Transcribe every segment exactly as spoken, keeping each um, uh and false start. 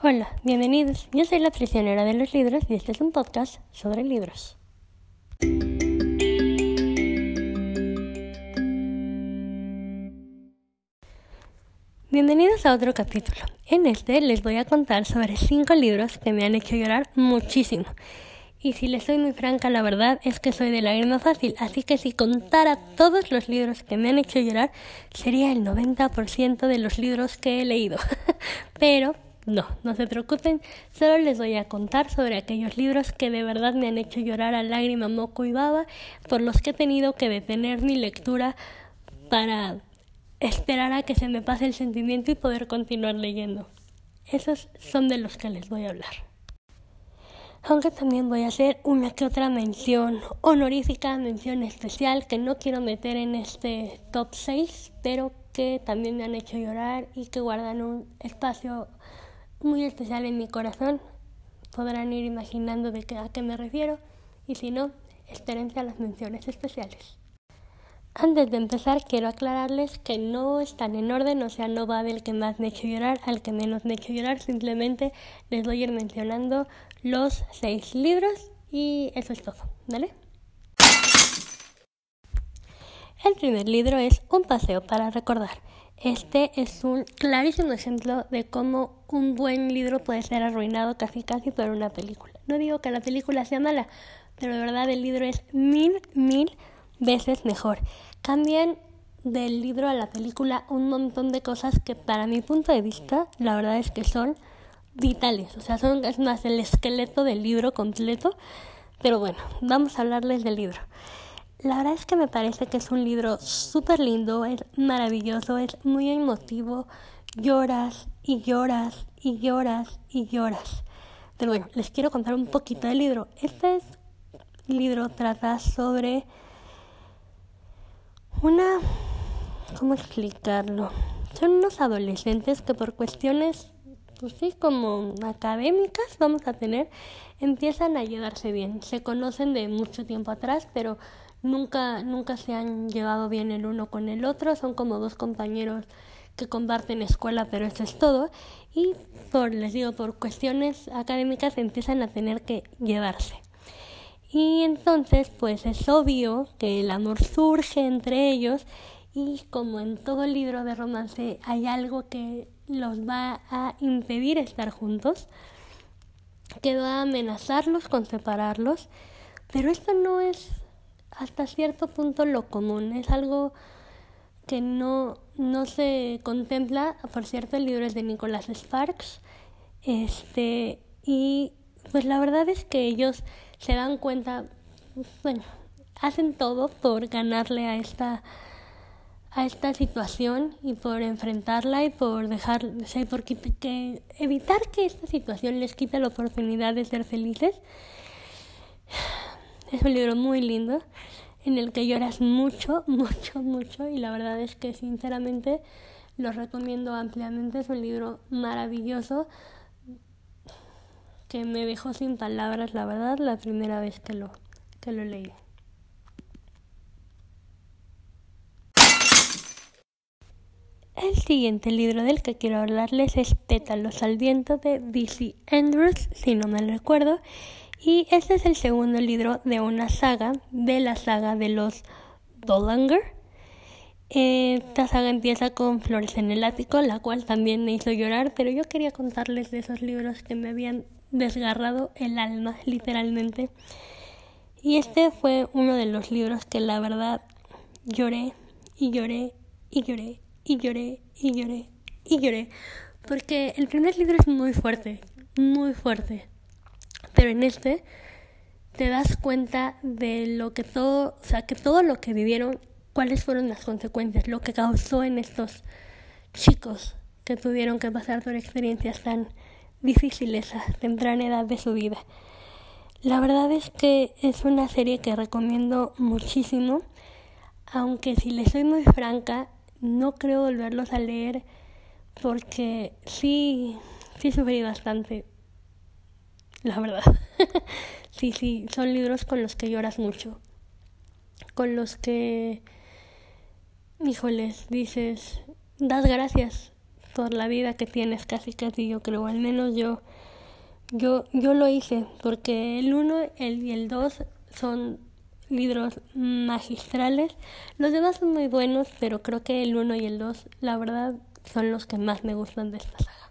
Hola, bienvenidos. Yo soy la prisionera de los libros y este es un podcast sobre libros. Bienvenidos a otro capítulo. En este les voy a contar sobre cinco libros que me han hecho llorar muchísimo. Y si les soy muy franca, la verdad es que soy de lágrima fácil, así que si contara todos los libros que me han hecho llorar, sería el noventa por ciento de los libros que he leído. Pero no, no se preocupen, solo les voy a contar sobre aquellos libros que de verdad me han hecho llorar a lágrima, moco y baba, por los que he tenido que detener mi lectura para esperar a que se me pase el sentimiento y poder continuar leyendo. Esos son de los que les voy a hablar. Aunque también voy a hacer una que otra mención honorífica, mención especial, que no quiero meter en este top seis, pero que también me han hecho llorar y que guardan un espacio muy especial en mi corazón. Podrán ir imaginando de qué, a qué me refiero, y si no, espérense a las menciones especiales. Antes de empezar, quiero aclararles que no están en orden, o sea, no va del que más me ha hecho llorar al que menos me ha hecho llorar, simplemente les voy a ir mencionando los seis libros y eso es todo, ¿vale? El primer libro es Un paseo para recordar. Este es un clarísimo ejemplo de cómo un buen libro puede ser arruinado casi casi por una película. No digo que la película sea mala, pero de verdad el libro es mil, mil veces mejor. Cambian del libro a la película un montón de cosas que para mi punto de vista, la verdad es que son vitales. O sea, son es más el esqueleto del libro completo. Pero bueno, vamos a hablarles del libro. La verdad es que me parece que es un libro súper lindo, es maravilloso, es muy emotivo. Lloras y lloras y lloras y lloras. Pero bueno, les quiero contar un poquito del libro. Este es, libro trata sobre una... ¿Cómo explicarlo? Son unos adolescentes que por cuestiones, pues sí, como académicas, vamos a tener, empiezan a llevarse bien. Se conocen de mucho tiempo atrás, pero nunca, nunca se han llevado bien el uno con el otro. Son como dos compañeros que comparten escuela, pero eso es todo. Y por, les digo, por cuestiones académicas empiezan a tener que llevarse. Y entonces, pues es obvio que el amor surge entre ellos y como en todo libro de romance hay algo que los va a impedir estar juntos, que va a amenazarlos con separarlos, pero esto no es hasta cierto punto lo común, es algo que no, no se contempla. Por cierto, el libro es de Nicholas Sparks, este, y pues la verdad es que ellos se dan cuenta, bueno, hacen todo por ganarle a esta a esta situación y por enfrentarla y por dejar, o sea, por que, que evitar que esta situación les quite la oportunidad de ser felices. Es un libro muy lindo en el que lloras mucho, mucho, mucho, y la verdad es que sinceramente lo recomiendo ampliamente. Es un libro maravilloso que me dejó sin palabras, la verdad, la primera vez que lo, que lo leí. El siguiente libro del que quiero hablarles es Pétalos al viento de D C Andrews, si no mal recuerdo, y este es el segundo libro de una saga, de la saga de los Dollinger. Esta saga empieza con Flores en el ático, la cual también me hizo llorar, pero yo quería contarles de esos libros que me habían desgarrado el alma, literalmente. Y este fue uno de los libros que la verdad lloré y lloré y lloré y lloré y lloré y lloré, porque el primer libro es muy fuerte, muy fuerte, pero en este te das cuenta de lo que todo, o sea, que todo lo que vivieron, cuáles fueron las consecuencias, lo que causó en estos chicos que tuvieron que pasar por experiencias tan difíciles a temprana edad de su vida. La verdad es que es una serie que recomiendo muchísimo, aunque si les soy muy franca, no creo volverlos a leer porque sí, sí sufrí bastante, la verdad. sí, sí, son libros con los que lloras mucho, con los que, híjoles, dices, das gracias por la vida que tienes, casi casi yo creo, al menos yo, yo, yo lo hice, porque el uno el, y el dos son libros magistrales. Los demás son muy buenos, pero creo que el uno y el dos, la verdad, son los que más me gustan de esta saga.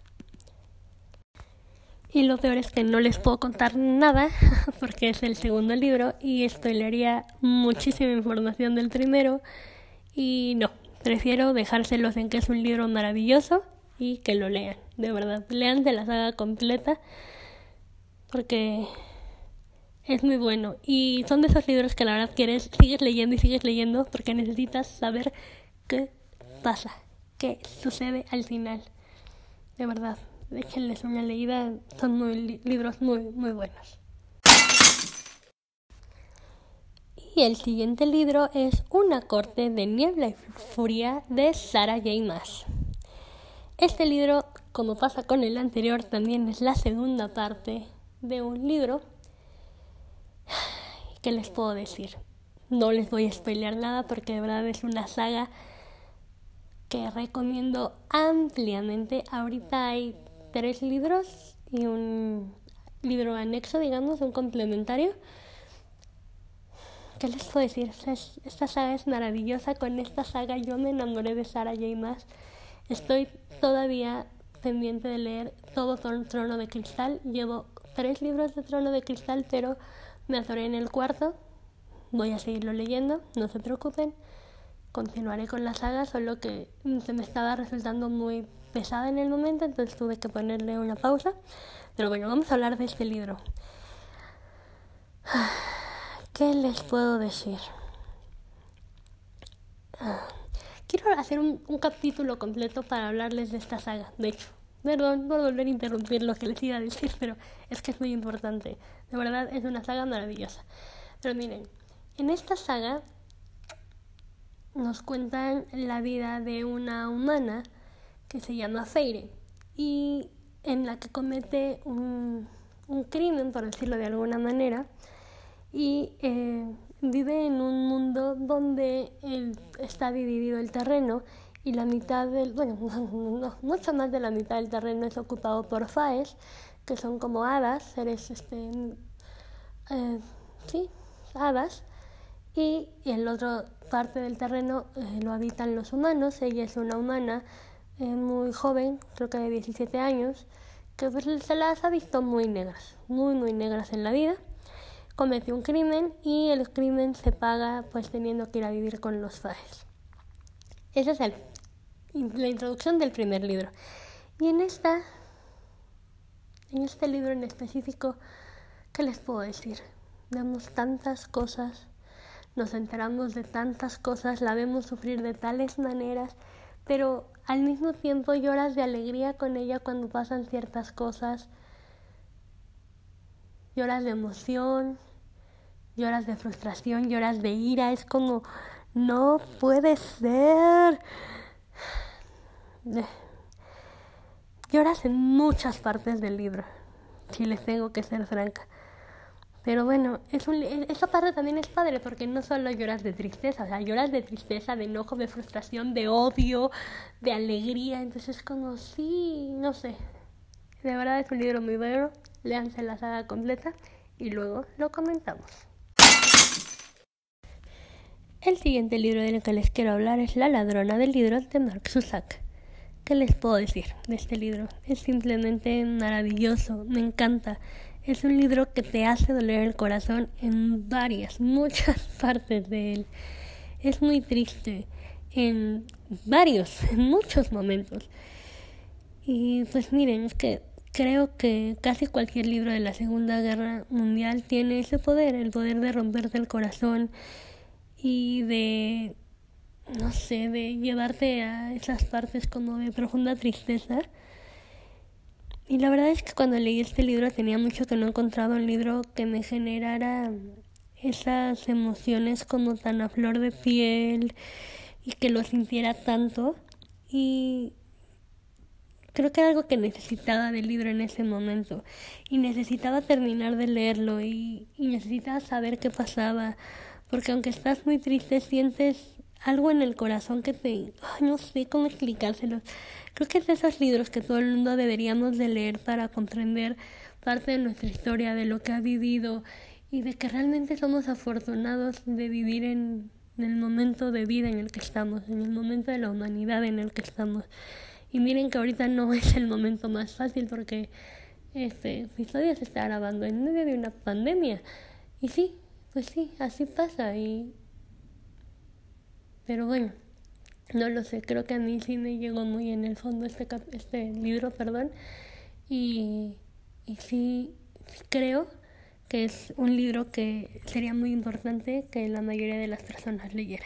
Y lo peor es que no les puedo contar nada porque es el segundo libro y spoilearía muchísima información del primero y no, prefiero dejárselos en que es un libro maravilloso y que lo lean, de verdad, lean de la saga completa porque es muy bueno y son de esos libros que la verdad quieres, sigues leyendo y sigues leyendo porque necesitas saber qué pasa, qué sucede al final, de verdad. Déjenles una leída, son muy li- libros muy, muy buenos. Y el siguiente libro es Una corte de niebla y furia de Sarah J. Maas. Este libro, como pasa con el anterior, también es la segunda parte de un libro. ¿Qué les puedo decir? No les voy a spoilear nada porque de verdad es una saga que recomiendo ampliamente. Ahorita hay tres libros y un libro anexo, digamos, un complementario. ¿Qué les puedo decir? Esta saga es maravillosa. Con esta saga yo me enamoré de Sarah J. Maas. Estoy todavía pendiente de leer todo Trono de Cristal. Llevo tres libros de Trono de Cristal, pero me atoré en el cuarto. Voy a seguirlo leyendo, no se preocupen. Continuaré con la saga, solo que se me estaba resultando muy pesada en el momento, entonces tuve que ponerle una pausa. Pero bueno, vamos a hablar de este libro. ¿Qué les puedo decir? Quiero hacer un, un capítulo completo para hablarles de esta saga. De hecho, perdón por volver a interrumpir lo que les iba a decir, pero es que es muy importante. De verdad, es una saga maravillosa. Pero miren, en esta saga nos cuentan la vida de una humana que se llama Feyre y en la que comete un, un crimen, por decirlo de alguna manera, y eh, vive en un mundo donde el, está dividido el terreno y la mitad del, bueno, no, no, mucho más de la mitad del terreno es ocupado por faes, que son como hadas, seres, este, eh, sí, hadas, y en la otra parte del terreno eh, lo habitan los humanos. Ella es una humana eh, muy joven, creo que de diecisiete años, que pues, se las ha visto muy negras, muy muy negras en la vida. Comete un crimen y el crimen se paga pues teniendo que ir a vivir con los faes. Esa es el, la introducción del primer libro. Y en esta, en este libro en específico, ¿qué les puedo decir? Vemos tantas cosas, nos enteramos de tantas cosas, la vemos sufrir de tales maneras, pero al mismo tiempo lloras de alegría con ella cuando pasan ciertas cosas. Lloras de emoción, lloras de frustración, lloras de ira. Es como, no puede ser. Lloras en muchas partes del libro, si les tengo que ser franca. Pero bueno, es un, esa parte también es padre porque no solo lloras de tristeza, o sea, lloras de tristeza, de enojo, de frustración, de odio, de alegría. Entonces es como, sí, no sé. De verdad es un libro muy bueno. Léanse la saga completa y luego lo comentamos. El siguiente libro del que les quiero hablar es La ladrona del libro de Mark Zusak. ¿Qué les puedo decir de este libro? Es simplemente maravilloso, me encanta. Es un libro que te hace doler el corazón en varias, muchas partes de él. Es muy triste en varios, en muchos momentos. Y pues miren, es que creo que casi cualquier libro de la Segunda Guerra Mundial tiene ese poder, el poder de romperte el corazón y de, no sé, de llevarte a esas partes como de profunda tristeza. Y la verdad es que cuando leí este libro tenía mucho que no encontraba un libro que me generara esas emociones como tan a flor de piel y que lo sintiera tanto. Y creo que era algo que necesitaba del libro en ese momento. Y necesitaba terminar de leerlo y, y necesitaba saber qué pasaba. Porque aunque estás muy triste, sientes algo en el corazón que te... Ay, no sé cómo explicárselo. Creo que es de esos libros que todo el mundo deberíamos de leer para comprender parte de nuestra historia, de lo que ha vivido y de que realmente somos afortunados de vivir en, en el momento de vida en el que estamos, en el momento de la humanidad en el que estamos. Y miren que ahorita no es el momento más fácil porque este episodio se está grabando en medio de una pandemia. Y sí, pues sí, así pasa. Y pero bueno, no lo sé, creo que a mí sí me llegó muy en el fondo este cap- este libro, perdón. Y, y sí creo que es un libro que sería muy importante que la mayoría de las personas leyeran.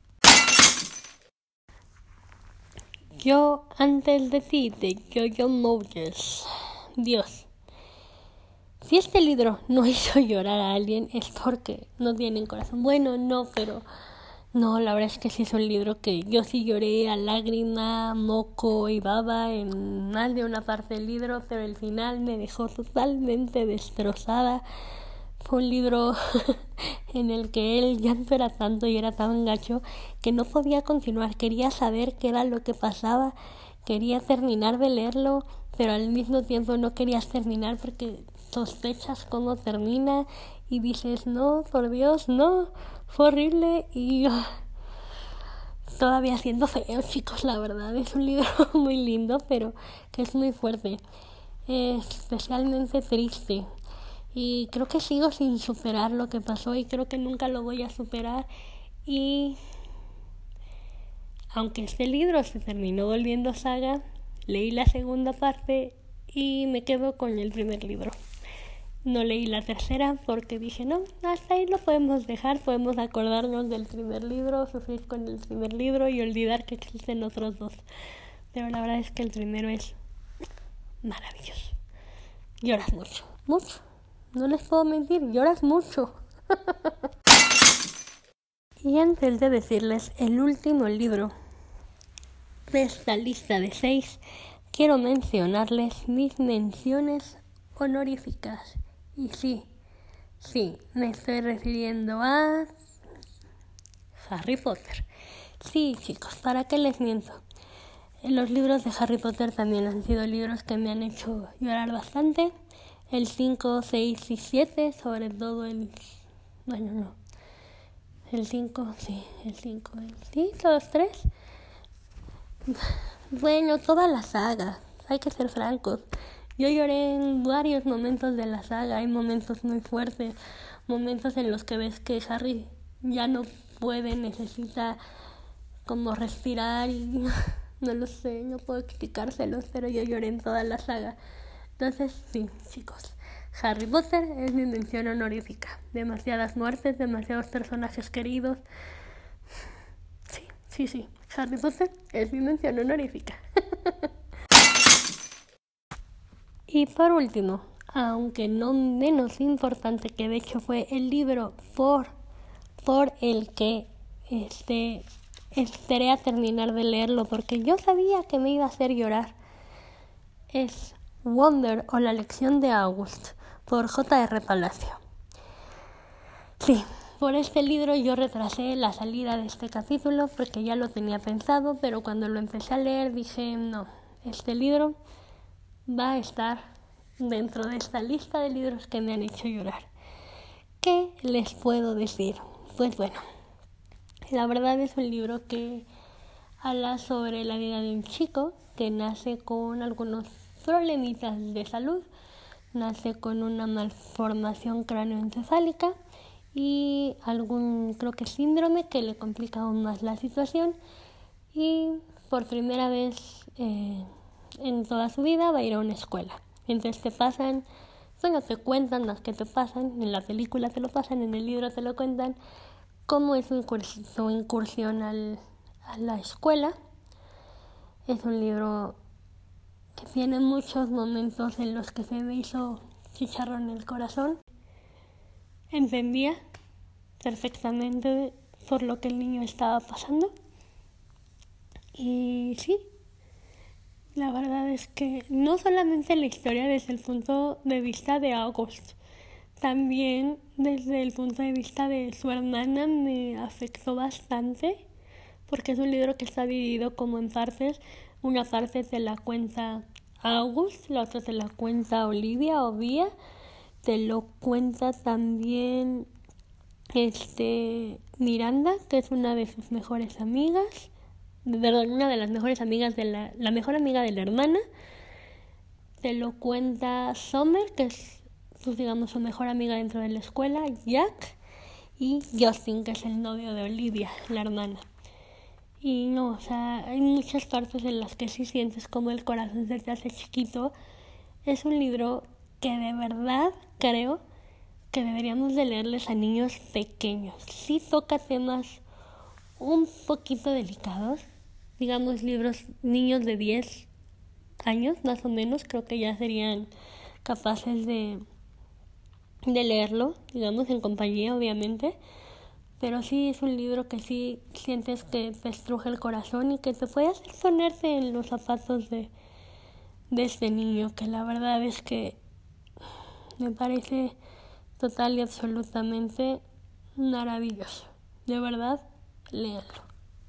Yo antes de ti, de Jojo Moyes. Dios, si este libro no hizo llorar a alguien es porque no tienen corazón. Bueno, no, pero no, la verdad es que sí es un libro que yo sí lloré a lágrima, moco y baba en más de una parte del libro, pero el final me dejó totalmente destrozada. Fue un libro en el que el llanto era tanto y era tan gacho que no podía continuar. Quería saber qué era lo que pasaba, quería terminar de leerlo, pero al mismo tiempo no querías terminar porque sospechas cómo termina y dices, no, por Dios, no, fue horrible y uh, todavía siendo feo, chicos, la verdad. Es un libro muy lindo, pero que es muy fuerte, es especialmente triste. Y creo que sigo sin superar lo que pasó y creo que nunca lo voy a superar. Y aunque este libro se terminó volviendo saga, leí la segunda parte y me quedo con el primer libro. No leí la tercera porque dije, no, hasta ahí lo podemos dejar, podemos acordarnos del primer libro, sufrir con el primer libro y olvidar que existen otros dos. Pero la verdad es que el primero es maravilloso. Lloras mucho, mucho. No les puedo mentir, lloras mucho. Y antes de decirles el último libro de esta lista de seis, quiero mencionarles mis menciones honoríficas. Y sí, sí, me estoy refiriendo a Harry Potter. Sí, chicos, ¿para qué les miento? Los libros de Harry Potter también han sido libros que me han hecho llorar bastante. El cinco, seis y siete, sobre todo el... Bueno, no. El cinco, sí, el cinco, el... sí, todos tres. Bueno, toda la saga, hay que ser francos. Yo lloré en varios momentos de la saga, hay momentos muy fuertes, momentos en los que ves que Harry ya no puede, necesita como respirar y no lo sé, no puedo explicárselos, pero yo lloré en toda la saga. Entonces, sí, chicos, Harry Potter es mi mención honorífica. Demasiadas muertes, demasiados personajes queridos. Sí, sí, sí, Harry Potter es mi mención honorífica. Y por último, aunque no menos importante, que de hecho fue el libro por, por el que este, esperé a terminar de leerlo, porque yo sabía que me iba a hacer llorar, es Wonder o la lección de August, por J R Palacio. Sí, por este libro yo retrasé la salida de este capítulo porque ya lo tenía pensado, pero cuando lo empecé a leer dije, no, este libro va a estar dentro de esta lista de libros que me han hecho llorar. ¿Qué les puedo decir? Pues bueno, la verdad es un libro que habla sobre la vida de un chico que nace con algunos problemitas de salud, nace con una malformación cráneoencefálica y algún, creo que síndrome que le complica aún más la situación, y por primera vez eh, en toda su vida va a ir a una escuela. Entonces te pasan, bueno, te cuentan las que te pasan, en la película te lo pasan, en el libro te lo cuentan, cómo es su incursión al, a la escuela. Es un libro que tiene muchos momentos en los que se me hizo chicharrón en el corazón. Entendía perfectamente por lo que el niño estaba pasando. Y sí, la verdad es que no solamente la historia desde el punto de vista de August, también desde el punto de vista de su hermana me afectó bastante, porque es un libro que está dividido como en partes. Una parte te la cuenta August, la otra te la cuenta Olivia o Vía, te lo cuenta también este Miranda, que es una de sus mejores amigas, perdón, una de las mejores amigas de la, la mejor amiga de la hermana. Te lo cuenta Summer, que es, pues, digamos, su mejor amiga dentro de la escuela, Jack, y Justin, que es el novio de Olivia, la hermana. Y no, o sea, hay muchas partes en las que sí sientes como el corazón se te hace chiquito. Es un libro que de verdad creo que deberíamos de leerles a niños pequeños. Sí toca temas un poquito delicados, digamos libros, niños de diez años más o menos, creo que ya serían capaces de, de leerlo, digamos, en compañía, obviamente. Pero sí es un libro que sí sientes que te estruje el corazón y que te puede hacer ponerte en los zapatos de, de este niño, que la verdad es que me parece total y absolutamente maravilloso. De verdad, léanlo.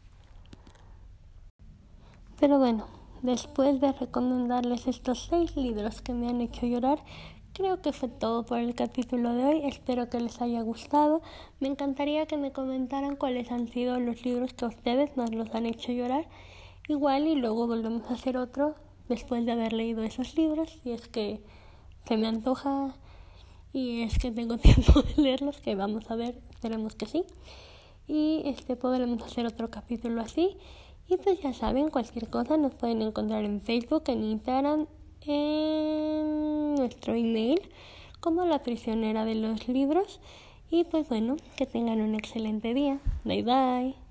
Pero bueno, después de recomendarles estos seis libros que me han hecho llorar, creo que fue todo por el capítulo de hoy. Espero que les haya gustado. Me encantaría que me comentaran cuáles han sido los libros que a ustedes más los han hecho llorar. Igual y luego volvemos a hacer otro después de haber leído esos libros, si es que se me antoja y es que tengo tiempo de leerlos, que vamos a ver, esperemos que sí. Y este podremos hacer otro capítulo así. Y pues ya saben, cualquier cosa nos pueden encontrar en Facebook, en Instagram, en nuestro email como La Prisionera de los Libros. Y pues bueno, que tengan un excelente día. Bye bye.